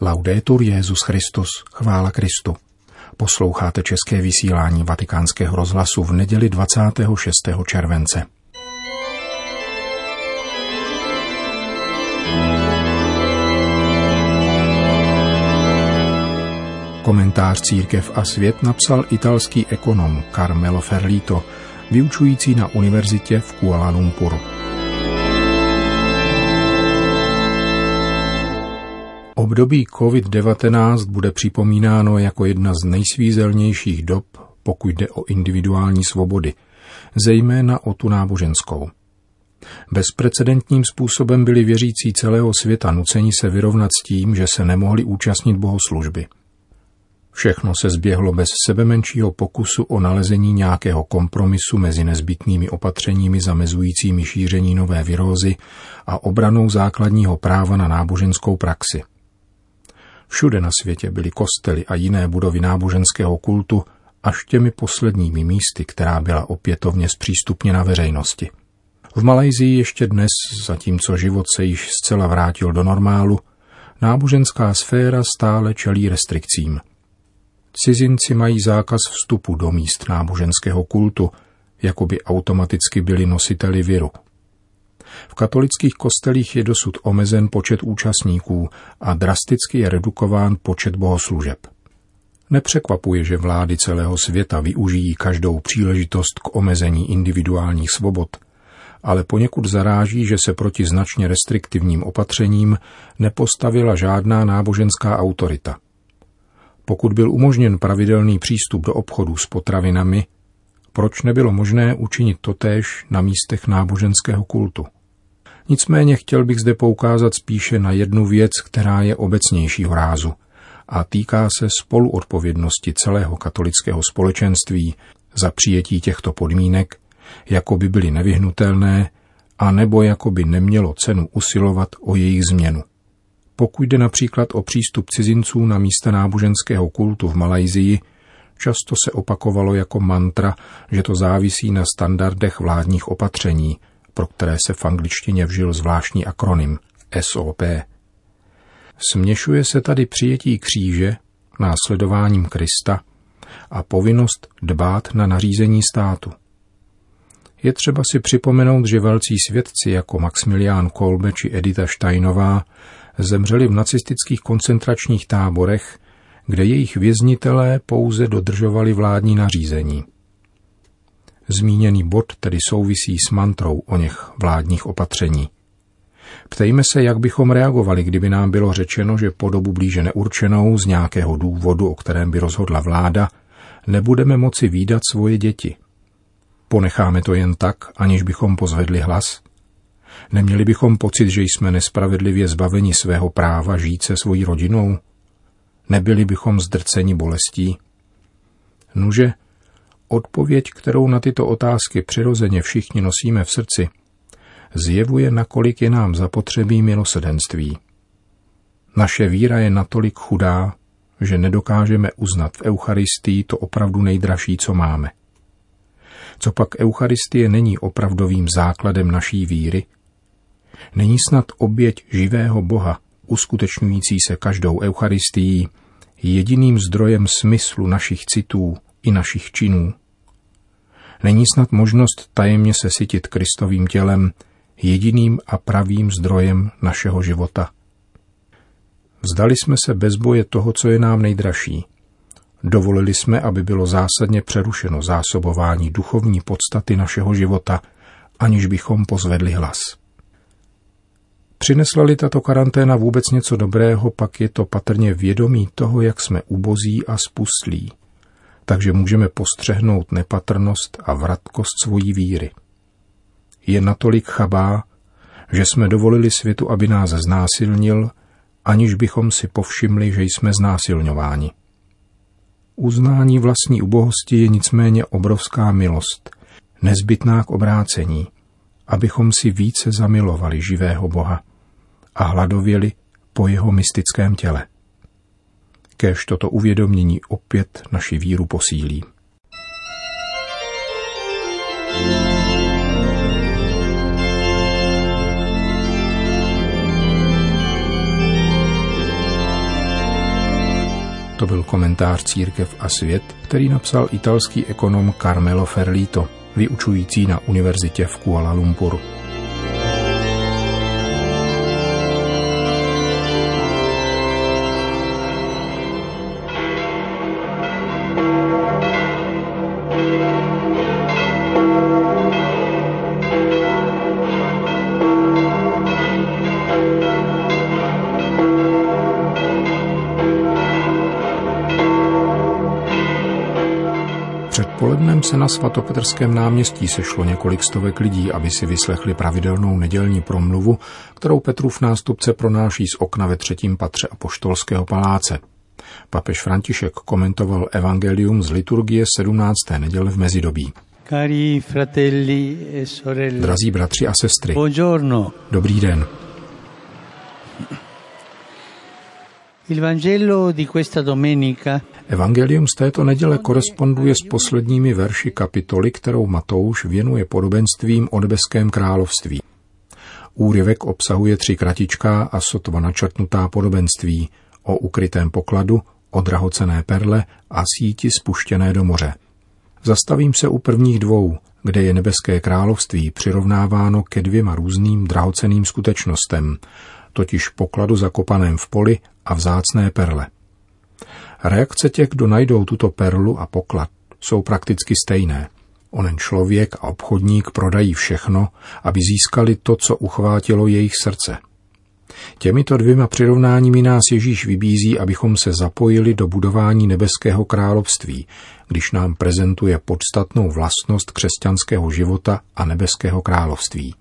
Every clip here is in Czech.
Laudetur Jesus Christus, chvála Kristu. Posloucháte české vysílání Vatikánského rozhlasu v neděli 26. července. Komentář Církev a svět napsal italský ekonom Carmelo Ferlito, vyučující na univerzitě v Kuala Lumpuru. Období COVID-19 bude připomínáno jako jedna z nejsvízelnějších dob, pokud jde o individuální svobody, zejména o tu náboženskou. Bezprecedentním způsobem byli věřící celého světa nuceni se vyrovnat s tím, že se nemohli účastnit bohoslužby. Všechno se zběhlo bez sebemenšího pokusu o nalezení nějakého kompromisu mezi nezbytnými opatřeními zamezujícími šíření nové virózy a obranou základního práva na náboženskou praxi. Všude na světě byly kostely a jiné budovy náboženského kultu až těmi posledními místy, která byla opětovně zpřístupněna veřejnosti. V Malajsii ještě dnes, zatímco život se již zcela vrátil do normálu, náboženská sféra stále čelí restrikcím. Cizinci mají zákaz vstupu do míst náboženského kultu, jako by automaticky byli nositeli viru. V katolických kostelích je dosud omezen počet účastníků a drasticky je redukován počet bohoslužeb. Nepřekvapuje, že vlády celého světa využijí každou příležitost k omezení individuálních svobod, ale poněkud zaráží, že se proti značně restriktivním opatřením nepostavila žádná náboženská autorita. Pokud byl umožněn pravidelný přístup do obchodu s potravinami, proč nebylo možné učinit totéž na místech náboženského kultu? Nicméně chtěl bych zde poukázat spíše na jednu věc, která je obecnějšího rázu a týká se spoluodpovědnosti celého katolického společenství za přijetí těchto podmínek, jako by byly nevyhnutelné, a nebo jako by nemělo cenu usilovat o jejich změnu. Pokud jde například o přístup cizinců na místa náboženského kultu v Malajsii, často se opakovalo jako mantra, že to závisí na standardech vládních opatření, pro které se v angličtině vžil zvláštní akronym SOP. Směšuje se tady přijetí kříže, následováním Krista a povinnost dbát na nařízení státu. Je třeba si připomenout, že velcí svědci jako Maximilián Kolbe či Edita Steinová zemřeli v nacistických koncentračních táborech, kde jejich věznitelé pouze dodržovali vládní nařízení. Zmíněný bod tedy souvisí s mantrou o něch vládních opatření. Ptejme se, jak bychom reagovali, kdyby nám bylo řečeno, že po dobu blíže neurčenou z nějakého důvodu, o kterém by rozhodla vláda, nebudeme moci vídat svoje děti. Ponecháme to jen tak, aniž bychom pozvedli hlas? Neměli bychom pocit, že jsme nespravedlivě zbaveni svého práva žít se svojí rodinou? Nebyli bychom zdrceni bolestí? Nuže, odpověď, kterou na tyto otázky přirozeně všichni nosíme v srdci, zjevuje, nakolik je nám zapotřebí milosrdenství. Naše víra je natolik chudá, že nedokážeme uznat v Eucharistii to opravdu nejdražší, co máme. Copak Eucharistie není opravdovým základem naší víry? Není snad oběť živého Boha, uskutečňující se každou Eucharistií, jediným zdrojem smyslu našich citů i našich činů? Není snad možnost tajemně se sytit Kristovým tělem jediným a pravým zdrojem našeho života? Vzdali jsme se bez boje toho, co je nám nejdražší. Dovolili jsme, aby bylo zásadně přerušeno zásobování duchovní podstaty našeho života, aniž bychom pozvedli hlas. Přinesla-li tato karanténa vůbec něco dobrého, pak je to patrně vědomí toho, jak jsme ubozí a spustlí, takže můžeme postřehnout nepatrnost a vratkost svojí víry. Je natolik chabá, že jsme dovolili světu, aby nás znásilnil, aniž bychom si povšimli, že jsme znásilňováni. Uznání vlastní ubohosti je nicméně obrovská milost, nezbytná k obrácení, abychom si více zamilovali živého Boha a hladověli po jeho mystickém těle. Kéž toto uvědomění opět naši víru posílí. To byl komentář Církev a svět, který napsal italský ekonom Carmelo Ferlito, vyučující na univerzitě v Kuala Lumpuru. Předpolednem se na svatopetrském náměstí sešlo několik stovek lidí, aby si vyslechli pravidelnou nedělní promluvu, kterou Petrův nástupce pronáší z okna ve 3. patře Apoštolského paláce. Papež František komentoval evangelium z liturgie 17. neděle v mezidobí. Cari fratelli e sorelle. Drazí bratři a sestry. Buongiorno. Dobrý den. Il Vangelo di questa domenica. Evangelium z této neděle koresponduje s posledními verši kapitoly, kterou Matouš věnuje podobenstvím o nebeském království. Úryvek obsahuje 3 kratičká a sotva načrtnutá podobenství o ukrytém pokladu, o drahocenné perle a síti spuštěné do moře. Zastavím se u prvních 2, kde je nebeské království přirovnáváno ke 2 různým drahocenným skutečnostem, totiž pokladu zakopaném v poli a vzácné perle. Reakce těch, kdo najdou tuto perlu a poklad, jsou prakticky stejné. Onen člověk a obchodník prodají všechno, aby získali to, co uchvátilo jejich srdce. Těmito 2 přirovnáními nás Ježíš vybízí, abychom se zapojili do budování nebeského království, když nám prezentuje podstatnou vlastnost křesťanského života a nebeského království.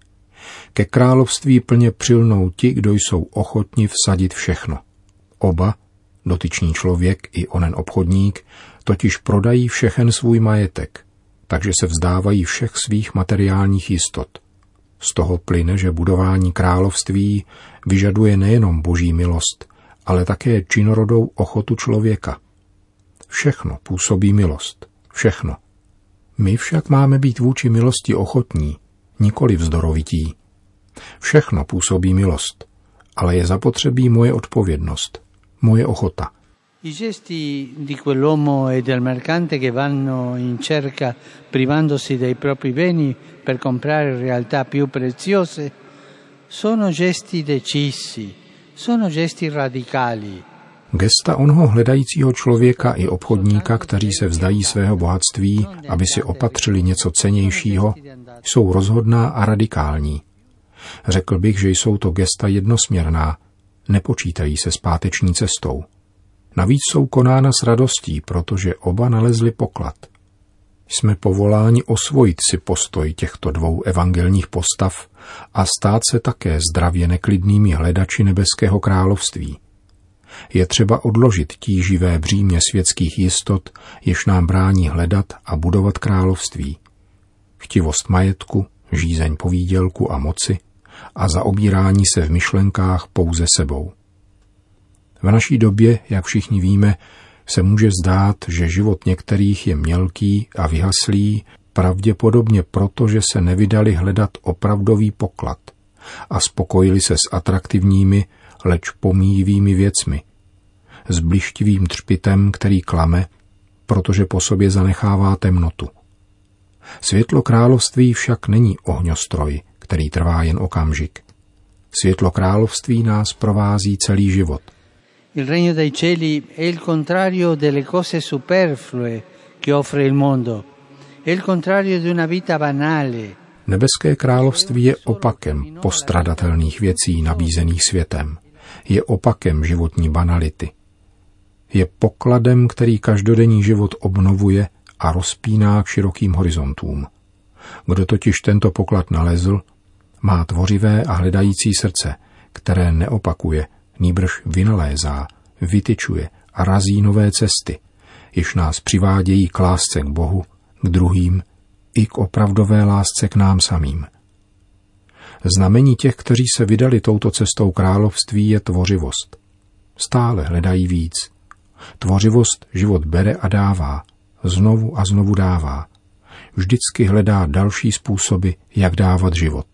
Ke království plně přilnou ti, kdo jsou ochotni vsadit všechno. Oba, dotyčný člověk i onen obchodník, totiž prodají všechen svůj majetek, takže se vzdávají všech svých materiálních jistot. Z toho plyne, že budování království vyžaduje nejenom boží milost, ale také činorodou ochotu člověka. Všechno působí milost. Všechno. My však máme být vůči milosti ochotní, nikoli vzdorovití. Všechno působí milost, ale je zapotřebí moje odpovědnost, moje ochota. I gesti di quell'uomo e del mercante che vanno in cerca privandosi dei propri beni per comprare realtà più preziose sono gesti decisi, sono gesti radicali. Gesta onoho hledajícího člověka i obchodníka, kteří se vzdají svého bohatství, aby si opatřili něco cennějšího, jsou rozhodná a radikální. Řekl bych, že jsou to gesta jednosměrná, nepočítají se zpáteční cestou. Navíc jsou konána s radostí, protože oba nalezli poklad. Jsme povoláni osvojit si postoj těchto 2 evangelních postav a stát se také zdravě neklidnými hledači nebeského království. Je třeba odložit tíživé břímě světských jistot, jež nám brání hledat a budovat království. Chtivost majetku, žízeň po výdělku a moci a zaobírání se v myšlenkách pouze sebou. V naší době, jak všichni víme, se může zdát, že život některých je mělký a vyhaslý, pravděpodobně proto, že se nevydali hledat opravdový poklad a spokojili se s atraktivními, leč pomíjivými věcmi, s blištivým třpitem, který klame, protože po sobě zanechává temnotu. Světlo království však není ohňostroj, který trvá jen okamžik. Světlo království nás provází celý život. Il regno dei cieli è il contrario delle cose superflue che offre il mondo. È il contrario di una vita banale. Nebeské království je opakem postradatelných věcí nabízených světem. Je opakem životní banality. Je pokladem, který každodenní život obnovuje a rozpíná k širokým horizontům. Kdo totiž tento poklad nalezl, má tvořivé a hledající srdce, které neopakuje, nýbrž vynalézá, vytyčuje a razí nové cesty, jež nás přivádějí k lásce k Bohu, k druhým i k opravdové lásce k nám samým. Znamení těch, kteří se vydali touto cestou království, je tvořivost. Stále hledají víc. Tvořivost život bere a dává, znovu a znovu dává. Vždycky hledá další způsoby, jak dávat život.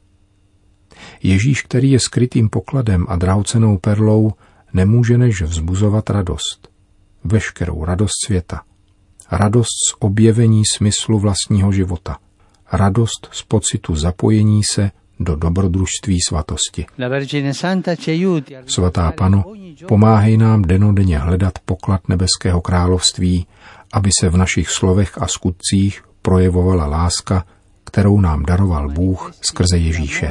Ježíš, který je skrytým pokladem a drahocennou perlou, nemůže než vzbuzovat radost. veškerou radost světa. Radost z objevení smyslu vlastního života. Radost z pocitu zapojení se do dobrodružství svatosti. Svatá Pano, pomáhej nám dennodenně hledat poklad nebeského království, aby se v našich slovech a skutcích projevovala láska, kterou nám daroval Bůh skrze Ježíše.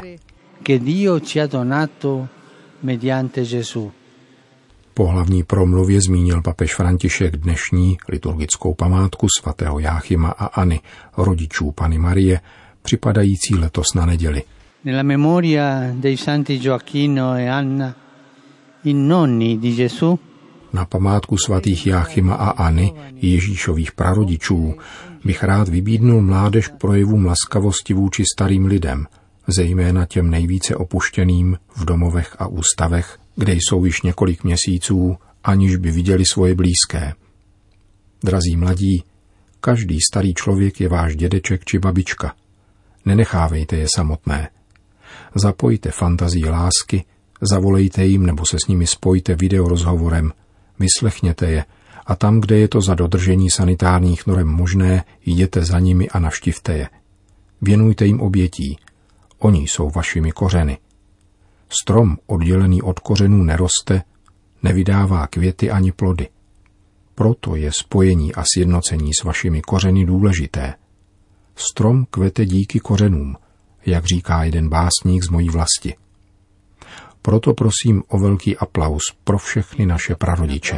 Po hlavní promluvě zmínil papež František dnešní liturgickou památku svatého Jáchyma a Anny, rodičů Panny Marie, připadající letos na neděli. Nella memoria dei santi Gioacchino e Anna, i nonni di Gesù, na památku svatých Jáchyma a Anny, Ježíšových prarodičů, bych rád vybídnul mládež k projevům laskavosti vůči starým lidem, zejména těm nejvíce opuštěným v domovech a ústavech, kde jsou již několik měsíců, aniž by viděli svoje blízké. Drazí mladí, každý starý člověk je váš dědeček či babička. Nenechávejte je samotné. Zapojte fantazii lásky, zavolejte jim nebo se s nimi spojte videorozhovorem, vyslechněte je a tam, kde je to za dodržení sanitárních norem možné, jděte za nimi a navštivte je. Věnujte jim obětí. Oni jsou vašimi kořeny. Strom oddělený od kořenů neroste, nevydává květy ani plody. Proto je spojení a sjednocení s vašimi kořeny důležité. Strom kvete díky kořenům, jak říká jeden básník z mojí vlasti. Proto prosím o velký aplaus pro všechny naše prarodiče.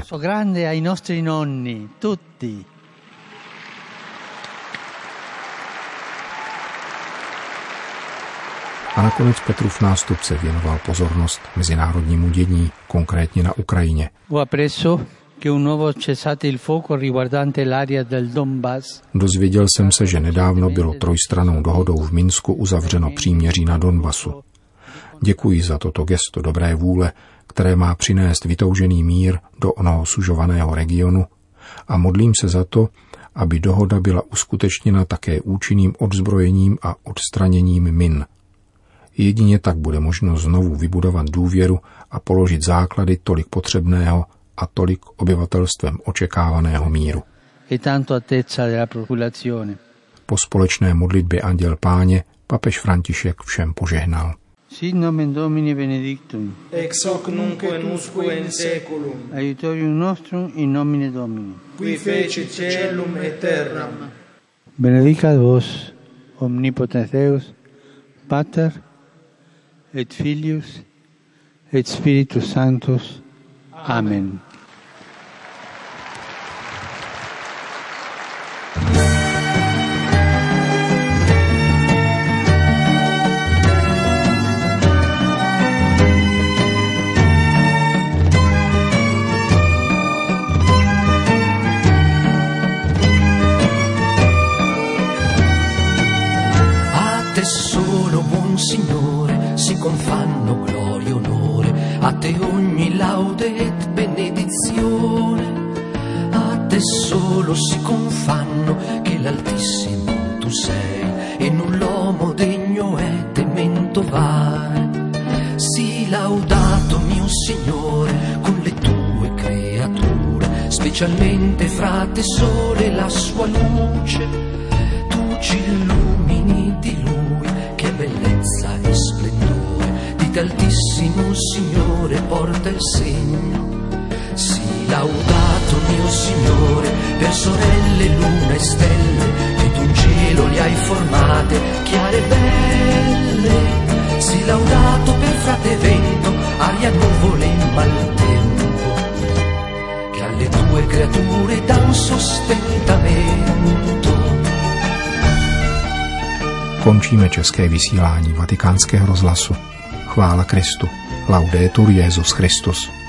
A nakonec Petrův nástupce věnoval pozornost mezinárodnímu dění, konkrétně na Ukrajině. Dozvěděl jsem se, že nedávno bylo trojstrannou dohodou v Minsku uzavřeno příměří na Donbasu. Děkuji za toto gesto dobré vůle, které má přinést vytoužený mír do onoho sužovaného regionu a modlím se za to, aby dohoda byla uskutečněna také účinným odzbrojením a odstraněním min. Jedině tak bude možno znovu vybudovat důvěru a položit základy tolik potřebného a tolik obyvatelstvem očekávaného míru. Po společné modlitbě Anděl Páně papež František všem požehnal. Sit nomen Domini benedictum, ex hoc nunc et usque in seculum, aiutorium nostrum in nomine Domini, qui fecit caelum et terram. Benedicat vos, omnipotens Deus, Pater, et Filius, et Spiritus Sanctus. Amen. Solo buon Signore si confanno gloria e onore, a te ogni laude et benedizione, a te solo si confanno che l'Altissimo tu sei e null'uomo degno è temento vai. Sii laudato mio Signore con le tue creature, specialmente fra te sole la sua luce, tu ci illumini di lui, che bellezza e splendore di t'altissimo Signore porta il segno. Sii laudato mio Signore per sorelle, luna e stelle, che tu in cielo li hai formate chiare e belle. Sii laudato per frate vento, aria, nuvole e maltempo, che alle tue creature dà un sostentamento. Končíme české vysílání Vatikánského rozhlasu. Chvála Kristu. Laudetur Jesus Christus.